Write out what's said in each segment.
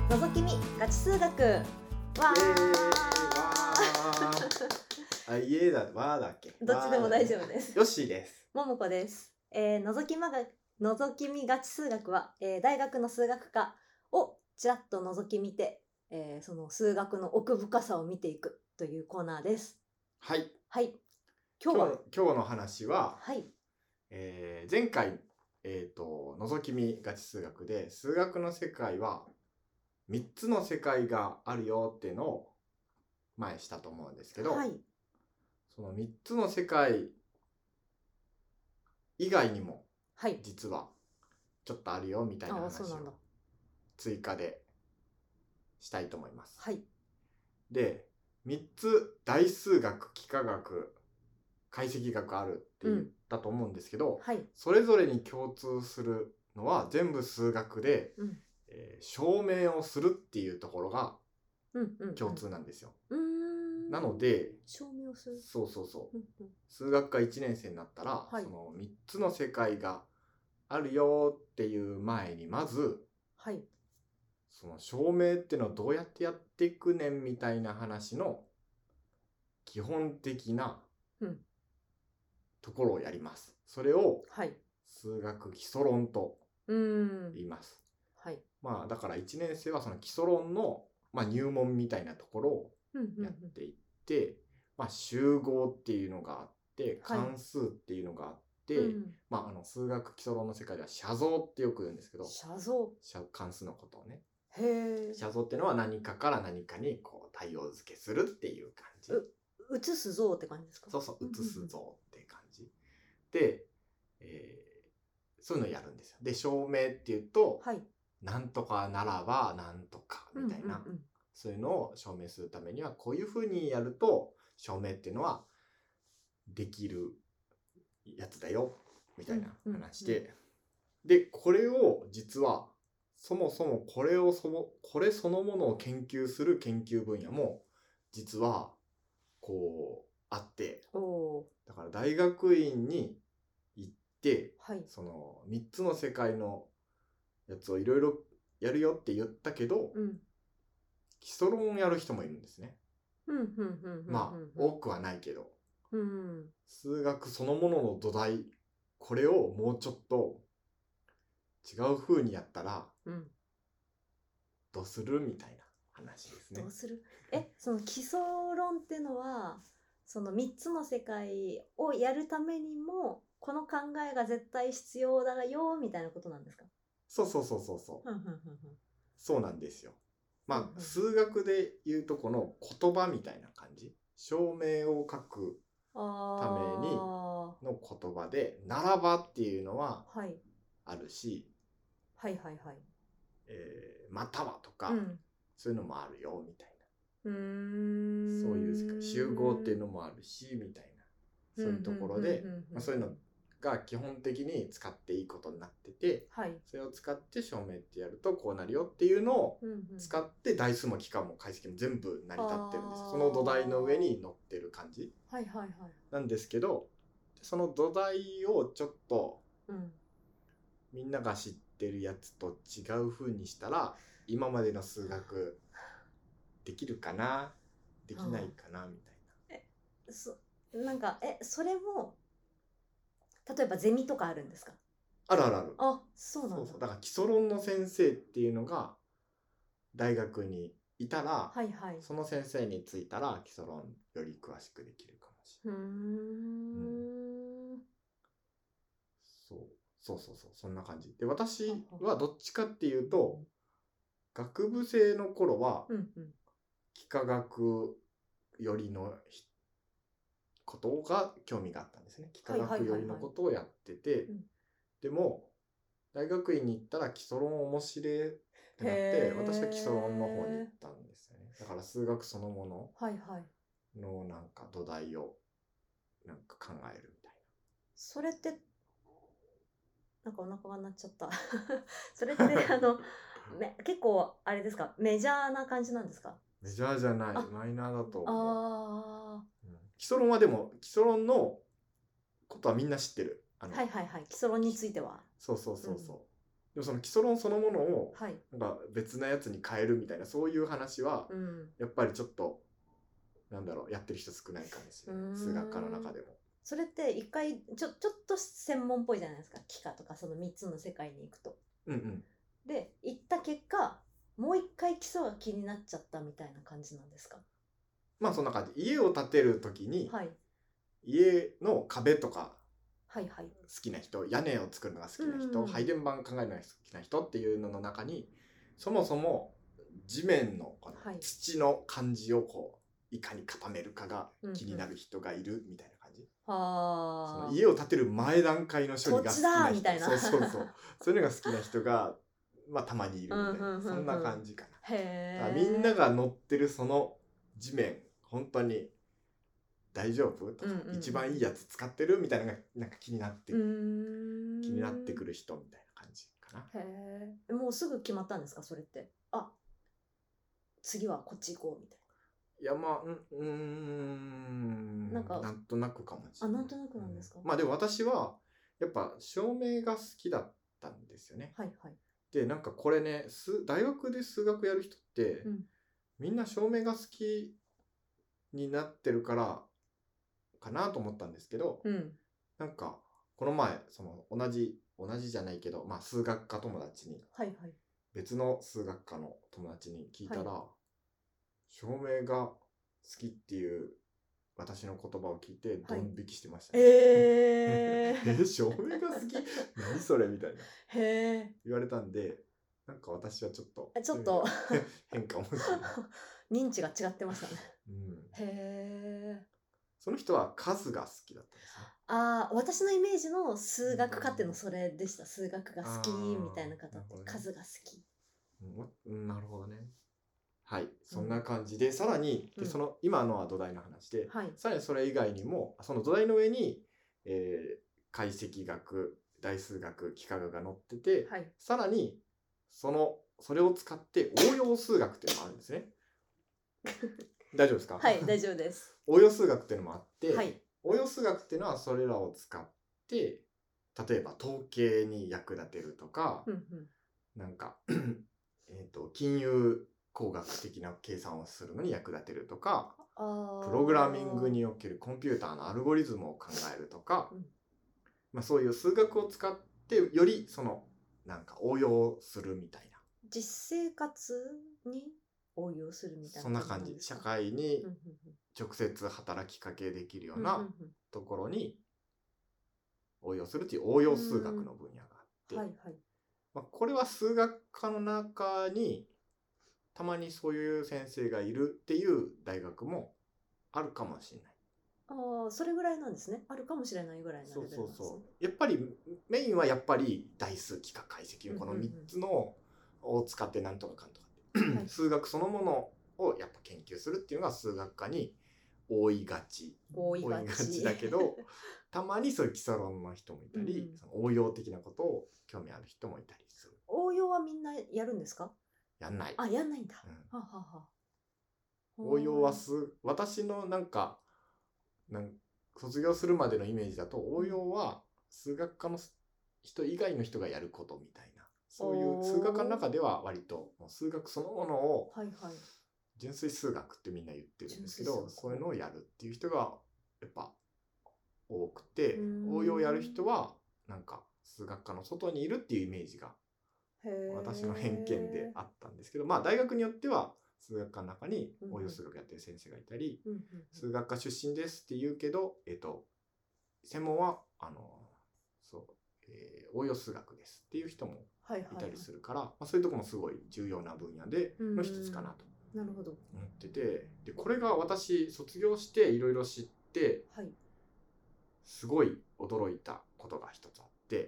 覗き見ガチ数学わあ、いえだ、わーだっけ。 どっちでも大丈夫です。 よしです。 ももこです。覗き見ガチ数学は、大学の数学科をちらっと覗き見て、その数学の奥深さを見ていくというコーナーです。 はい。 はい。 今日の話は、 はい。 前回、覗き見ガチ数学で、数学の世界は3つの世界があるよっていうのを前したと思うんですけど、 はい。 その3つの世界以外にも、 はい。 実はちょっとあるよみたいな話そうなんだ。 を追加でしたいと思います。 はい。 で、3つ大数学、幾何学、解析学あるって言ったと思うんですけど、 はい。 それぞれに共通するのは全部数学で、証明をするっていうところが共通なんですよ。なので、 証明をする。 そう。数学科1年生になったら、 はい、 その3つの世界があるよっていう前に、まず、 はい、 その証明っていうのはどうやってやっていくねんみたいな話の基本的なところをやります。それを数学基礎論と言います。 はい、 まあだから1年生はその基礎論の、入門みたいなところをやっていって、集合っていうのがあって、関数っていうのがあって、数学基礎論の世界では写像ってよく言うんですけど、関数のことをね。写像っていうのは何かから何かにこう対応付けするっていう感じ。 写す像って感じですか？ そう、写す像って感じ。で、そういうのをやるんですよ。で、証明っていうと、なんとかならばなんとかみたいな、そういうのを証明するためにはこういうふうにやると証明っていうのはできるやつだよみたいな話で、でこれを実はそもそもこれそのものを研究する研究分野も実はこうあって、だから大学院に行って、その3つの世界のやつをいろいろやるよって言ったけど、基礎論をやる人もいるんですね。多くはないけど、数学そのものの土台、これをもうちょっと違う風にやったらどうするみたいな話ですね。 どうする？その基礎論ってのはその3つの世界をやるためにもこの考えが絶対必要だよみたいなことなんですか？ そう。そうなんですよ。数学で言うとこの言葉みたいな感じ。証明を書くためにの言葉で、ならばっていうのはあるし、またはとか、そういうのもあるよみたいな。そういう世界、集合っていうのもあるしみたいな、そういうところで、そういうのが基本的に使っていいことになってて、それを使って証明ってやるとこうなるよっていうのを使って代数も幾何も解析も全部成り立ってるんですよ。その土台の上に乗ってる感じなんですけど、その土台をちょっとみんなが知ってるやつと違う風にしたら今までの数学できるかなできないかなみたいな。なんかそれも例えばゼミとかあるんですか？ ある。 そうなんだ。 だから基礎論の先生っていうのが大学にいたら、その先生についたら基礎論より詳しくできるかもしれない。そうそんな感じで、私はどっちかっていうと学部生の頃は幾何学よりのことが興味があったんですね。幾何学よりのことをやってて、でも大学院に行ったら基礎論面白いってなって、私は基礎論の方に行ったんですよね。だから数学そのもののなんか土台をなんか考えるみたいな。 それってなんかお腹が鳴っちゃったそれって結構あれですか、メジャーな感じなんですか？ メジャーじゃない、マイナーだと思う。基礎論はでも基礎論のことはみんな知ってる。 基礎論については。 そう。 でもその基礎論そのものをはい。 なんか別なやつに変えるみたいなそういう話はうん。 やっぱりちょっとなんだろうやってる人少ないかもしれない。数学科の中でも。 それって一回ちょっと専門っぽいじゃないですか。幾何とかその3つの世界に行くと。 うんうん。 で行った結果もう一回基礎が気になっちゃったみたいな感じなんですか？ まあそんな感じ。家を建てる時に、 はい。 家の壁とかはいはい。 好きな人、屋根を作るのが好きな人、配電盤考えるのが好きな人っていうのの中にそもそも地面のこの土の感じをこういかに固めるかが気になる人がいるみたいな感じ。その家を建てる前段階の処理が好きな人みたいなそうそういうのが好きな人がまあたまにいるみたいな、そんな感じかな。 へー。 みんなが乗ってるその地面本当に大丈夫とか、一番いいやつ使ってるみたいなのがなんか気になってくる人みたいな感じかな。 へえ。もうすぐ決まったんですかそれって？あ、次はこっち行こうみたいいやまあなんとなくかもしれない。 なんとなくなんですか？ まあでも私はやっぱ照明が好きだったんですよね。 はいはい。 でなんかこれね大学で数学やる人って、みんな照明が好きになってるからかなと思ったんですけど、なんかこの前その同じじゃないけど、まあ数学科友達に、別の数学科の友達に聞いたら、照明が好きっていう私の言葉を聞いてドン引きしてましたね。照明が好き何それみたいな言われたんで、なんか私はちょっと変かもしれない。 認知が違ってましたね。 へえ。その人は数が好きだったんですね。 私のイメージの数学科ってのそれでした。数学が好きみたいな方って数が好き。 なるほどね。はい、そんな感じで、さらにでその今のは土台の話で、さらにそれ以外にもその土台の上に、解析学、大数学、幾何学が載ってて、さらにそれを使って応用数学っていうのもあるんですね。大丈夫ですか？ はい、大丈夫です。 応用数学っていうのもあって、応用数学っていうのはそれらを使って例えば統計に役立てるとか、なんか金融工学的な計算をするのに役立てるとか、プログラミングにおけるコンピューターのアルゴリズムを考えるとか、まあ、そういう数学を使ってよりそのなんか応用するみたいな。 実生活に応用するみたいな。 そんな感じ。社会に直接働きかけできるようなところに応用するっていう応用数学の分野があって、まあ、これは数学科の中にたまにそういう先生がいるっていう大学もあるかもしれない。 それぐらいなんですね。あるかもしれないぐらいのレベルなんですね。 やっぱりメインはやっぱり代数、幾何、解析、この3つのを使ってなんとかかんとかって数学そのものをやっぱ研究するっていうのが数学科に多いがちだけどたまにそういう基礎論の人もいたり、その応用的なことを興味ある人もいたりする。 応用はみんなやるんですか？ やんない。 やんないんだ。 応用は私の卒業するまでのイメージだと応用は数学科の人以外の人がやることみたいな、そういう数学科の中では割ともう数学そのものを純粋数学ってみんな言ってるんですけど、そういうのをやるっていう人がやっぱ多くて、応用やる人はなんか数学科の外にいるっていうイメージが私の偏見であったんですけど、まあ大学によっては数学科の中に応用数学やってる先生がいたり、数学科出身ですって言うけど、専門は応用数学ですっていう人もいたりするから、まあ、そういうとこもすごい重要な分野での一つかなと思ってて、でこれが私卒業していろいろ知って、すごい驚いたことが一つあって、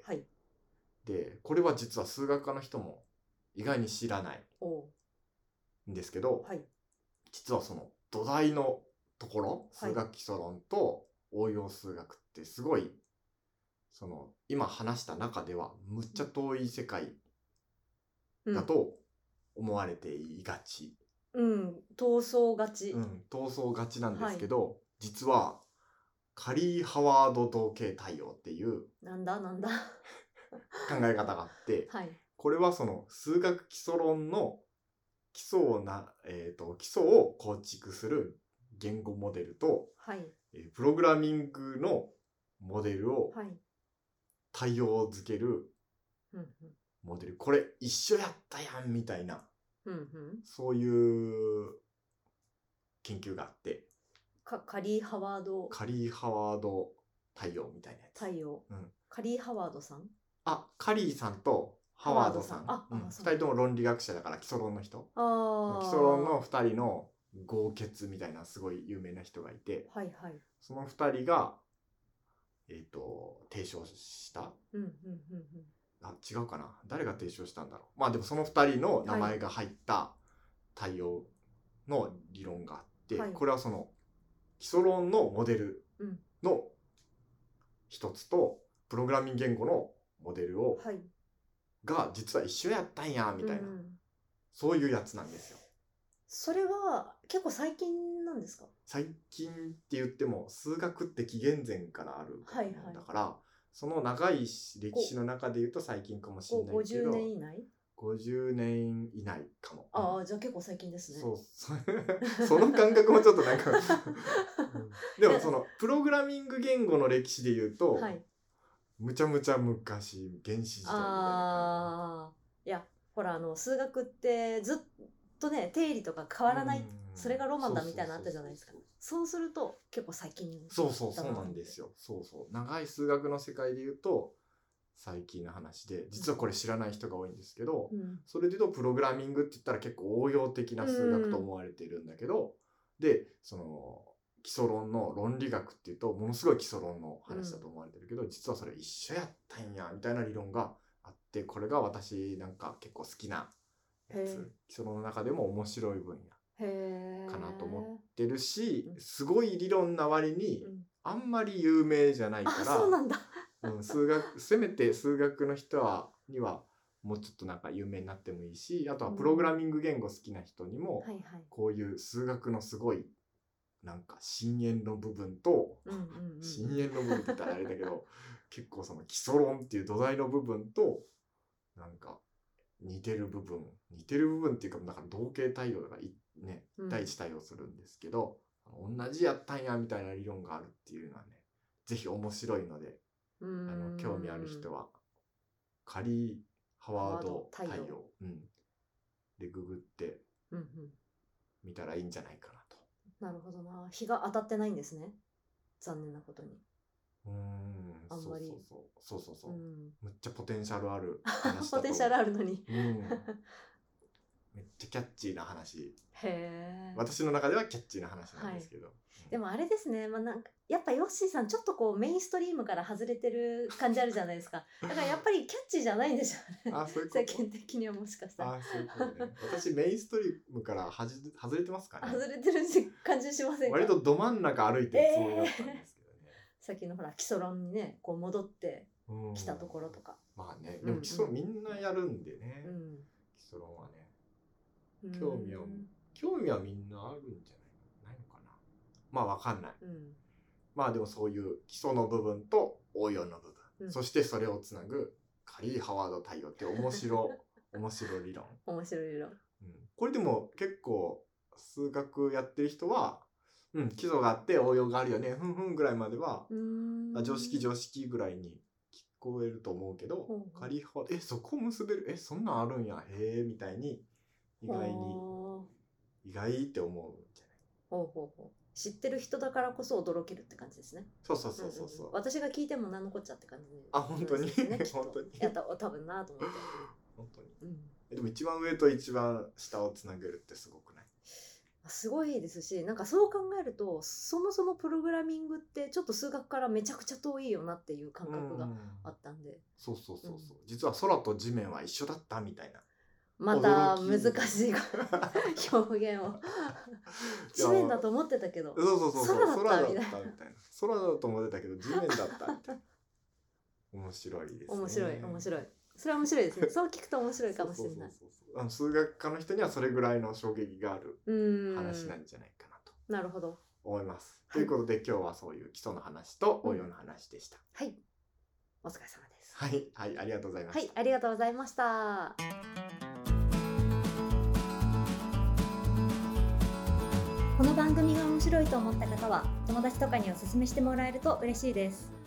でこれは実は数学科の人も意外に知らないんですけど、実はその土台のところ、数学基礎論と応用数学ってすごいその今話した中ではむっちゃ遠い世界だと思われていがち、 闘争がち、 闘争がちなんですけど、実はカリー・ハワード統計対応っていうなんだ考え方があって、 これはその数学基礎論の基礎を構築する言語モデルと、 はい、 プログラミングのモデルをはい、 対応づけるうんモデル、これ一緒やったやんみたいな、 うんうん、 そういう研究があって、 カリー・ハワードカリー・ハワード対応みたいなやつ。 対応、 うん、 カリー・ハワードさん、 カリーさんとハワードさん、2人とも論理学者だから基礎論の人、基礎論の2人の合結みたいなすごい有名な人がいて、 はいはい、 その2人が提唱した、違うかな、誰が提唱したんだろう。まあでもその2人の名前が入った対応の理論があって、はい、これはその基礎論のモデルの一つとプログラミング言語のモデルを、が実は一緒やったんやみたいな、そういうやつなんですよ。 それは結構最近なんですか？ 最近って言っても数学って紀元前からあるもんだから、その長い歴史の中で言うと最近かもしれないけど、 50年以内 50年以内かも。 ああ、じゃあ結構最近ですね。 その感覚もちょっとなんかでもそのプログラミング言語の歴史で言うと、はい、むちゃむちゃ昔、原始時代みたいな感じ。いやほら数学ってずっとね定理とか変わらない、それがロマンだみたいなのあったじゃないですか。そうすると結構最近そうなんですよ。長い数学の世界で言うと最近の話で、実はこれ知らない人が多いんですけど、それで言うとプログラミングって言ったら結構応用的な数学と思われているんだけど、でその基礎論の論理学っていうとものすごい基礎論の話だと思われてるけど、実はそれ一緒やったんやみたいな理論があって、これが私なんか結構好きなやつ、基礎論の中でも面白い分野かなと思ってるし、すごい理論な割にあんまり有名じゃないから、 そうなんだせめて数学の人にはもうちょっとなんか有名になってもいいし、あとはプログラミング言語好きな人にもこういう数学のすごいなんか深淵の部分と、深淵の部分って言ったらあれだけど結構その基礎論っていう土台の部分となんか似てる部分っていうか、だから同型対応がね、対一対応するんですけど、同じやったんやみたいな理論があるっていうのはね、ぜひ面白いので、興味ある人はカリー・ハワード対応、でググって見たらいいんじゃないかなと。 なるほどな。日が当たってないんですね、残念なことに。あんまりそう、むっちゃポテンシャルある話ポテンシャルあるのにめっちゃキャッチーな話。私の中ではキャッチーな話なんですけど、 でもあれですね、なんかやっぱヨッシーさんちょっとこうメインストリームから外れてる感じあるじゃないですか。だからやっぱりキャッチーじゃないんでしょうね。世間的にはもしかしたら。 そういうことね。私メインストリームから外れてますかね。 外れてる感じしませんか？ 割とど真ん中歩いてるつもりだったんですけどね。 さっきのほら基礎論にねこう戻ってきたところとか。 まあね、でも基礎みんなやるんでね、基礎論はね、興味はみんなあるんじゃないのかな。まあわかんない。まあでもそういう基礎の部分と応用の部分、そしてそれをつなぐカリー・ハワード対応って面白理論。 面白い理論。 これでも結構数学やってる人は、基礎があって応用があるよね、ぐらいまでは常識ぐらいに聞こえると思うけど、カリー・ハワードそこ結べる、そんなんあるんや、へえみたいに意外って思うんじゃない。 知ってる人だからこそ驚けるって感じですね。 そう。 私が聞いても何のこっちゃって感じで、 本当に本当に多分なと思って。 本当に。でも一番上と一番下をつなげるってすごくない？ すごいですし、なんかそう考えるとそもそもプログラミングってちょっと数学からめちゃくちゃ遠いよなっていう感覚があったんで。 そう。実は空と地面は一緒だったみたいな。 また難しい表現を地面だと思ってたけど空だったみたいな。空だと思ってたけど地面だったみたいな。面白いですね。 面白い。それは面白いですね。そう聞くと面白いかもしれない。 数学科の人にはそれぐらいの衝撃がある話なんじゃないかなと。 なるほど。 思います。ということで今日はそういう基礎の話と応用の話でした。 はい。 お疲れ様です。 はい、はい、ありがとうございました。 はい、ありがとうございました。この番組が面白いと思った方は友達とかにお勧めしてもらえると嬉しいです。